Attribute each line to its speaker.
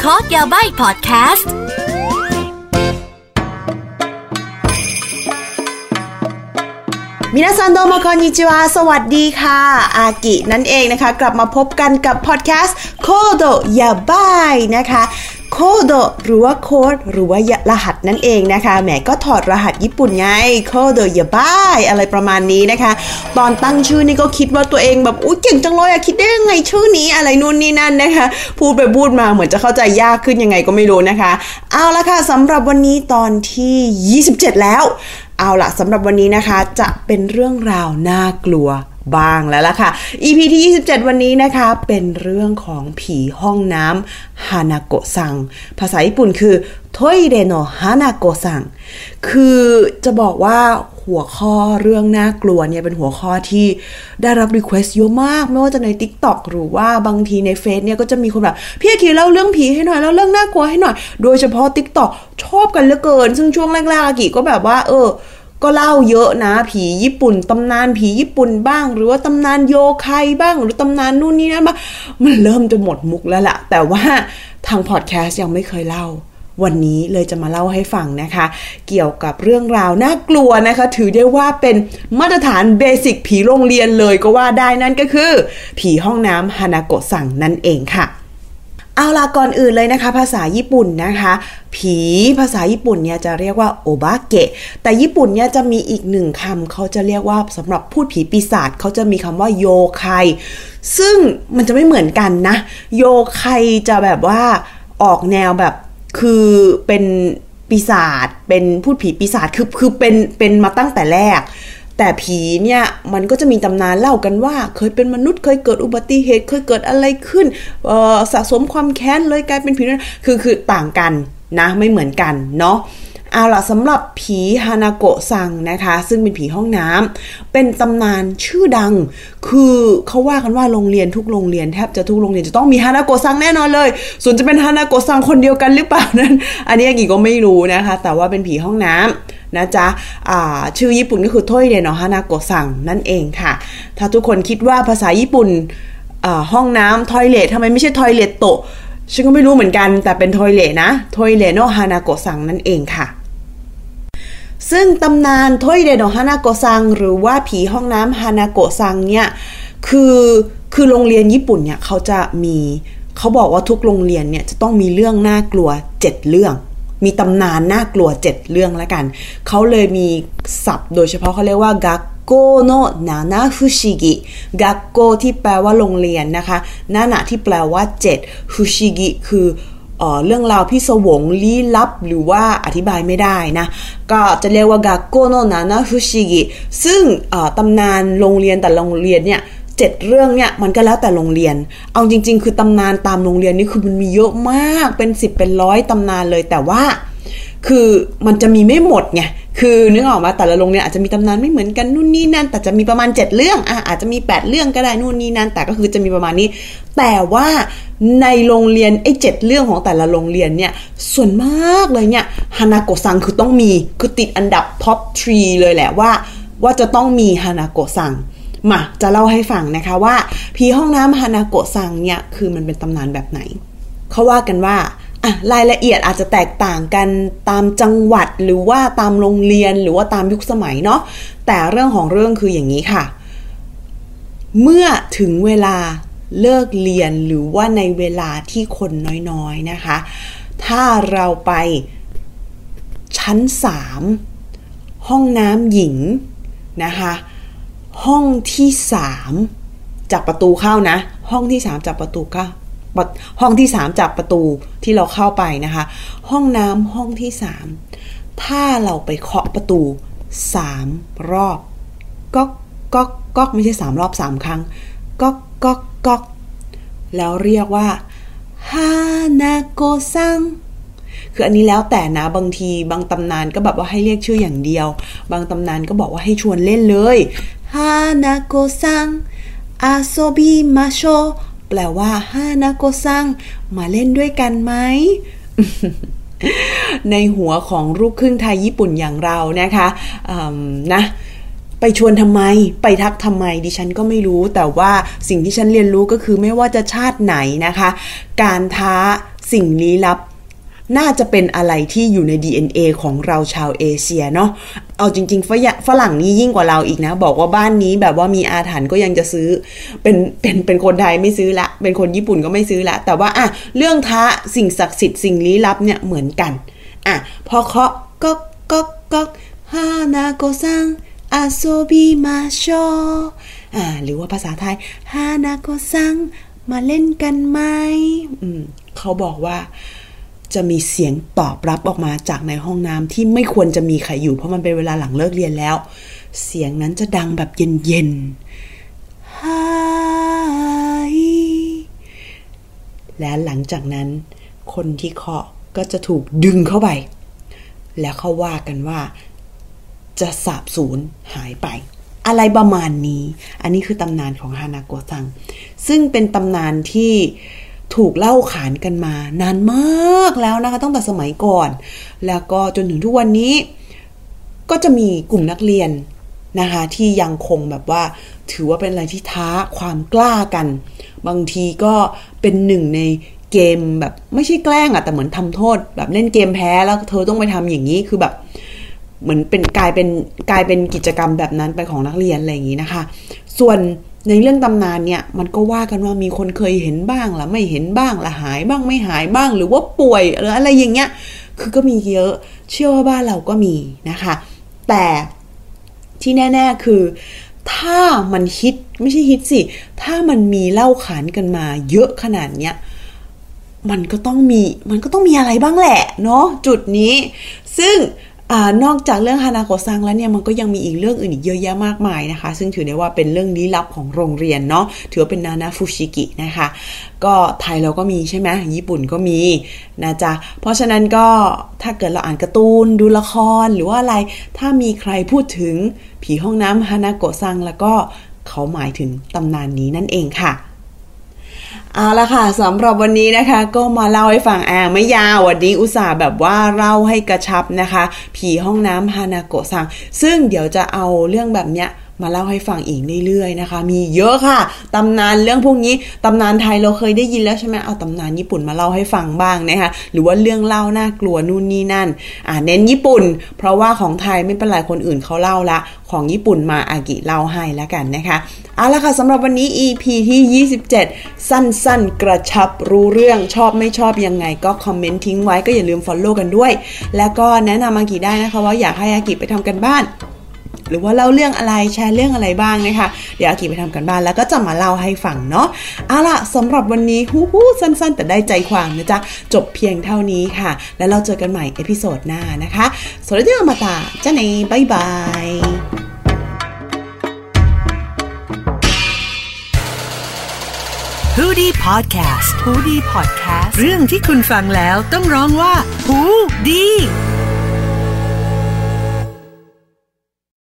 Speaker 1: คอร์สยาใบ้พอดแคสต์
Speaker 2: มินาซันโดโมคอนนิจิวาสวัสดีค่ะอากินั่นเองนะคะกลับมาพบกันกับพอดแคสต์โคโดยาบายนะคะโคโดหรือว่าโค้ดหรือว่ารหัสนั่นเองนะคะแหมก็ถอดรหัสญี่ปุ่นไงโคโดยาบายอะไรประมาณนี้นะคะตอนตั้งชื่อนี่ก็คิดว่าตัวเองแบบอุ๊ยเก่งจังเลยอะคิดได้ยังไงชื่อนี้อะไรนู่นนี่นั่นนะคะพูดไปพูดมาเหมือนจะเข้าใจยากขึ้นยังไงก็ไม่รู้นะคะเอาละค่ะสำหรับวันนี้ตอนที่27แล้วเอาล่ะสำหรับวันนี้นะคะจะเป็นเรื่องราวน่ากลัวบ้างแล้วล่ะค่ะ EP ที่27วันนี้นะคะเป็นเรื่องของผีห้องน้ำฮานาโกะซังภาษาญี่ปุ่นคือโทอิเรโนะฮานาโกะซังคือจะบอกว่าหัวข้อเรื่องน่ากลัวเนี่ยเป็นหัวข้อที่ได้รับรีเควสต์เยอะมากไม่ว่าจะใน TikTok หรือว่าบางทีในเฟซเนี่ยก็จะมีคนแบบพี่อาคิเล่าเรื่องผีให้หน่อยเล่าเรื่องน่ากลัวให้หน่อยโดยเฉพาะ TikTok ชอบกันเหลือเกินซึ่งช่วงแรกๆอากิก็แบบว่าก็เล่าเยอะนะผีญี่ปุ่นตำนานผีญี่ปุ่นบ้างหรือว่าตำนานโยไคบ้างหรือตำนานนู่นนี่นั่นมามันเริ่มจะหมดมุกแล้วล่ะแต่ว่าทางพอดแคสต์ยังไม่เคยเล่าวันนี้เลยจะมาเล่าให้ฟังนะคะเกี่ยวกับเรื่องราวน่ากลัวนะคะถือได้ว่าเป็นมาตรฐานเบสิกผีโรงเรียนเลยก็ว่าได้นั่นก็คือผีห้องน้ำฮานาโกะซังนั่นเองค่ะเอาล่ะก่อนอื่นเลยนะคะภาษาญี่ปุ่นนะคะผีภาษาญี่ปุ่นเนี่ยจะเรียกว่าโอบาเกะแต่ญี่ปุ่นเนี่ยจะมีอีกหนึ่งคำเขาจะเรียกว่าสำหรับพูดผีปีศาจเขาจะมีคำว่าโยไคซึ่งมันจะไม่เหมือนกันนะโยไคจะแบบว่าออกแนวแบบคือเป็นปีศาจเป็นพูดผีปีศาจคือเป็นมาตั้งแต่แรกแต่ผีเนี่ยมันก็จะมีตำนานเล่ากันว่าเคยเป็นมนุษย์เคยเกิดอุบัติเหตุเคยเกิดอะไรขึ้นสะสมความแค้นเลยกลายเป็นผีนั้นคือต่างกันนะไม่เหมือนกันเนาะเอาล่ะสำหรับผีฮานาโกะซังนะคะซึ่งเป็นผีห้องน้ำเป็นตำนานชื่อดังคือเขาว่ากันว่าโรงเรียนทุกโรงเรียนแทบจะทุกโรงเรียนจะต้องมีฮานาโกะซังแน่นอนเลยส่วนจะเป็นฮานาโกะซังคนเดียวกันหรือเปล่านั้นอันนี้อากิก็ไม่รู้นะคะแต่ว่าเป็นผีห้องน้ำนะจ๊ะชื่อญี่ปุ่นก็คือโทอิเรโนะฮานาโกะซังนั่นเองค่ะถ้าทุกคนคิดว่าภาษาญี่ปุ่นห้องน้ำทอยเลททำไมไม่ใช่ทอยเลทโตะฉันก็ไม่รู้เหมือนกันแต่เป็นทอยเลทนะโทอิเรโนะฮานาโกะซังนั่นเองค่ะซึ่งตำนานโทอิเรโนะฮานาโกะซังหรือว่าผีห้องน้ำฮานาโกะซังเนี่ยคือโรงเรียนญี่ปุ่นเนี่ยเขาบอกว่าทุกโรงเรียนเนี่ยจะต้องมีเรื่องน่ากลัว7เรื่องมีตำนานน่ากลัว7เรื่องแล้วกันเขาเลยมีศัพท์โดยเฉพาะเขาเรียกว่ากักโกโนะนานาฟุชิกิกักโกที่แปลว่าโรงเรียนนะคะนานะที่แปลว่า7ฟุชิกิคือเรื่องราวพิศวงลี้ลับหรือว่าอธิบายไม่ได้นะก็จะเรียกว่ากักโกโนะนานาฟุชิกิซึ่งตำนานโรงเรียนแต่โรงเรียนเนี่ย7เรื่องเนี่ยมันก็แล้วแต่โรงเรียนเอาจริงๆคือตำนานตามโรงเรียนนี่คือมันมีเยอะมากเป็น10เป็น100ตำนานเลยแต่ว่าคือมันจะมีไม่หมดไงคือนึกออกมาแต่ละโรงเรียนอาจจะมีตำนานไม่เหมือนกันนู่นนี่นั่นแต่จะมีประมาณ7เรื่องอาจจะมี8เรื่องก็ได้นู่นนี่นั่นแต่ก็คือจะมีประมาณนี้แต่ว่าในโรงเรียนไอ้7เรื่องของแต่ละโรงเรียนเนี่ยส่วนมากเลยเนี่ยฮานาโกะซังคือต้องมีคือติดอันดับท็อป3เลยแหละว่าจะต้องมีฮานาโกะซังมาจะเล่าให้ฟังนะคะว่าผีห้องน้ำฮานาโกะซังเนี่ยคือมันเป็นตำนานแบบไหนเขาว่ากันว่ารายละเอียดอาจจะแตกต่างกันตามจังหวัดหรือว่าตามโรงเรียนหรือว่าตามยุคสมัยเนาะแต่เรื่องของเรื่องคืออย่างนี้ค่ะเมื่อถึงเวลาเลิกเรียนหรือว่าในเวลาที่คนน้อยๆนะคะถ้าเราไปชั้น3ห้องน้ำหญิงนะคะห้องที่3จากประตูเข้านะห้องที่3จากประตูเข้าห้องที่3จากประตูที่เราเข้าไปนะคะห้องน้ำห้องที่3ถ้าเราไปเคาะประตู3รอบก๊อกก๊อกก๊อกไม่ใช่3รอบ3ครั้งก๊อกก๊อกก๊อกแล้วเรียกว่าฮานาโกะซังคืออันนี้แล้วแต่นะบางทีบางตำนานก็แบบว่าให้เรียกชื่ออย่างเดียวบางตำนานก็บอกว่าให้ชวนเล่นเลยฮานาโกะซังอาโซบิมาโชแปลว่าฮานาโกะซังมาเล่นด้วยกันไหม ในหัวของลูกครึ่งไทยญี่ปุ่นอย่างเรานะคะนะไปชวนทำไมไปทักทำไมดิฉันก็ไม่รู้แต่ว่าสิ่งที่ฉันเรียนรู้ก็คือไม่ว่าจะชาติไหนนะคะการท้าสิ่งลี้ลับน่าจะเป็นอะไรที่อยู่ใน DNA ของเราชาวเอเชียเนาะเอาจริงๆฝรั่งนี่ยิ่งกว่าเราอีกนะบอกว่าบ้านนี้แบบว่ามีอาถรรพ์ก็ยังจะซื้อเป็นคนไทยไม่ซื้อละเป็นคนญี่ปุ่นก็ไม่ซื้อละแต่ว่าเรื่องท้าสิ่งศักดิ์สิทธิ์สิ่งลี้ลับเนี่ยเหมือนกันพอเคาะก็ฮานาโกซังอาโซบิมาโชหรือว่าภาษาไทยฮานาโกซังมาเล่นกันไหมเขาบอกว่าจะมีเสียงตอบรับออกมาจากในห้องน้ำที่ไม่ควรจะมีใครอยู่เพราะมันเป็นเวลาหลังเลิกเรียนแล้วเสียงนั้นจะดังแบบเย็นๆฮายและหลังจากนั้นคนที่เคาะก็จะถูกดึงเข้าไปแล้วเขาว่ากันว่าจะสาบสูญหายไปอะไรประมาณนี้อันนี้คือตำนานของฮานาโกะซังซึ่งเป็นตำนานที่ถูกเล่าขานกันมานานมากแล้วนะคะตั้งแต่สมัยก่อนแล้วก็จนถึงทุกวันนี้ก็จะมีกลุ่มนักเรียนนะคะที่ยังคงแบบว่าถือว่าเป็นอะไรที่ท้าความกล้ากันบางทีก็เป็นหนึ่งในเกมแบบไม่ใช่แกล้งแต่เหมือนทำโทษแบบเล่นเกมแพ้แล้วเธอต้องไปทำอย่างนี้คือแบบเหมือนเป็นกลายเป็นกิจกรรมแบบนั้นเป็นของนักเรียนอะไรอย่างนี้นะคะส่วนในเรื่องตำนานเนี่ยมันก็ว่ากันว่ามีคนเคยเห็นบ้างล่ะไม่เห็นบ้างล่ะหายบ้างไม่หายบ้างหรือว่าป่วยหรืออะไรอย่างเงี้ยคือก็มีเยอะเชื่อว่าบ้านเราก็มีนะคะแต่ที่แน่ๆคือถ้ามันฮิตไม่ใช่ฮิตสิถ้ามันมีเล่าขานกันมาเยอะขนาดเนี้ยมันก็ต้องมีอะไรบ้างแหละเนาะจุดนี้ซึ่งนอกจากเรื่องฮานาโกะซังแล้วเนี่ยมันก็ยังมีอีกเรื่องอื่นอีกเยอะแยะมากมายนะคะซึ่งถือได้ว่าเป็นเรื่องลี้ลับของโรงเรียนเนาะถือว่าเป็นนานาฟุชิกินะคะก็ไทยเราก็มีใช่ไหมญี่ปุ่นก็มีนะจ๊ะเพราะฉะนั้นก็ถ้าเกิดเราอ่านการ์ตูนดูละครหรือว่าอะไรถ้ามีใครพูดถึงผีห้องน้ำฮานาโกะซังแล้วก็เขาหมายถึงตำนานนี้นั่นเองค่ะเอาละค่ะสำหรับวันนี้นะคะก็มาเล่าให้ฟังไม่ยาววันนี้อุตส่าห์แบบว่าเล่าให้กระชับนะคะผีห้องน้ำฮานาโกะซังซึ่งเดี๋ยวจะเอาเรื่องแบบเนี้ยมาเล่าให้ฟังอีกเรื่อยๆนะคะมีเยอะค่ะตำนานเรื่องพวกนี้ตำนานไทยเราเคยได้ยินแล้วใช่ไหมเอาตำนานญี่ปุ่นมาเล่าให้ฟังบ้างนะคะหรือว่าเรื่องเล่าน่ากลัวนู่นนี่นั่นเน้นญี่ปุ่นเพราะว่าของไทยไม่เป็นไรคนอื่นเขาเล่าละของญี่ปุ่นมาอากิเล่าให้แล้วกันนะคะเอาละค่ะสำหรับวันนี้ EP ที่27สั้นๆกระชับรู้เรื่องชอบไม่ชอบยังไงก็คอมเมนต์ทิ้งไว้ก็อย่าลืม follow กันด้วยแล้วก็แนะนำอากิได้นะคะว่าอยากให้อากิไปทำกันบ้านหรือว่าเล่าเรื่องอะไรแชร์เรื่องอะไรบ้างนะคะเดี๋ยวอากิไปทำกันบ้านแล้วก็จะมาเล่าให้ฟังเนาะเอาล่ะสำหรับวันนี้สั้นๆแต่ได้ใจความนะจ๊ะจบเพียงเท่านี้ค่ะแล้วเราเจอกันใหม่เอพิโซดหน้านะคะそれではまたじゃあねバイバイ
Speaker 1: Hoodie Podcast เรื่องที่คุณฟังแล้วต้องร้องว่าหูดี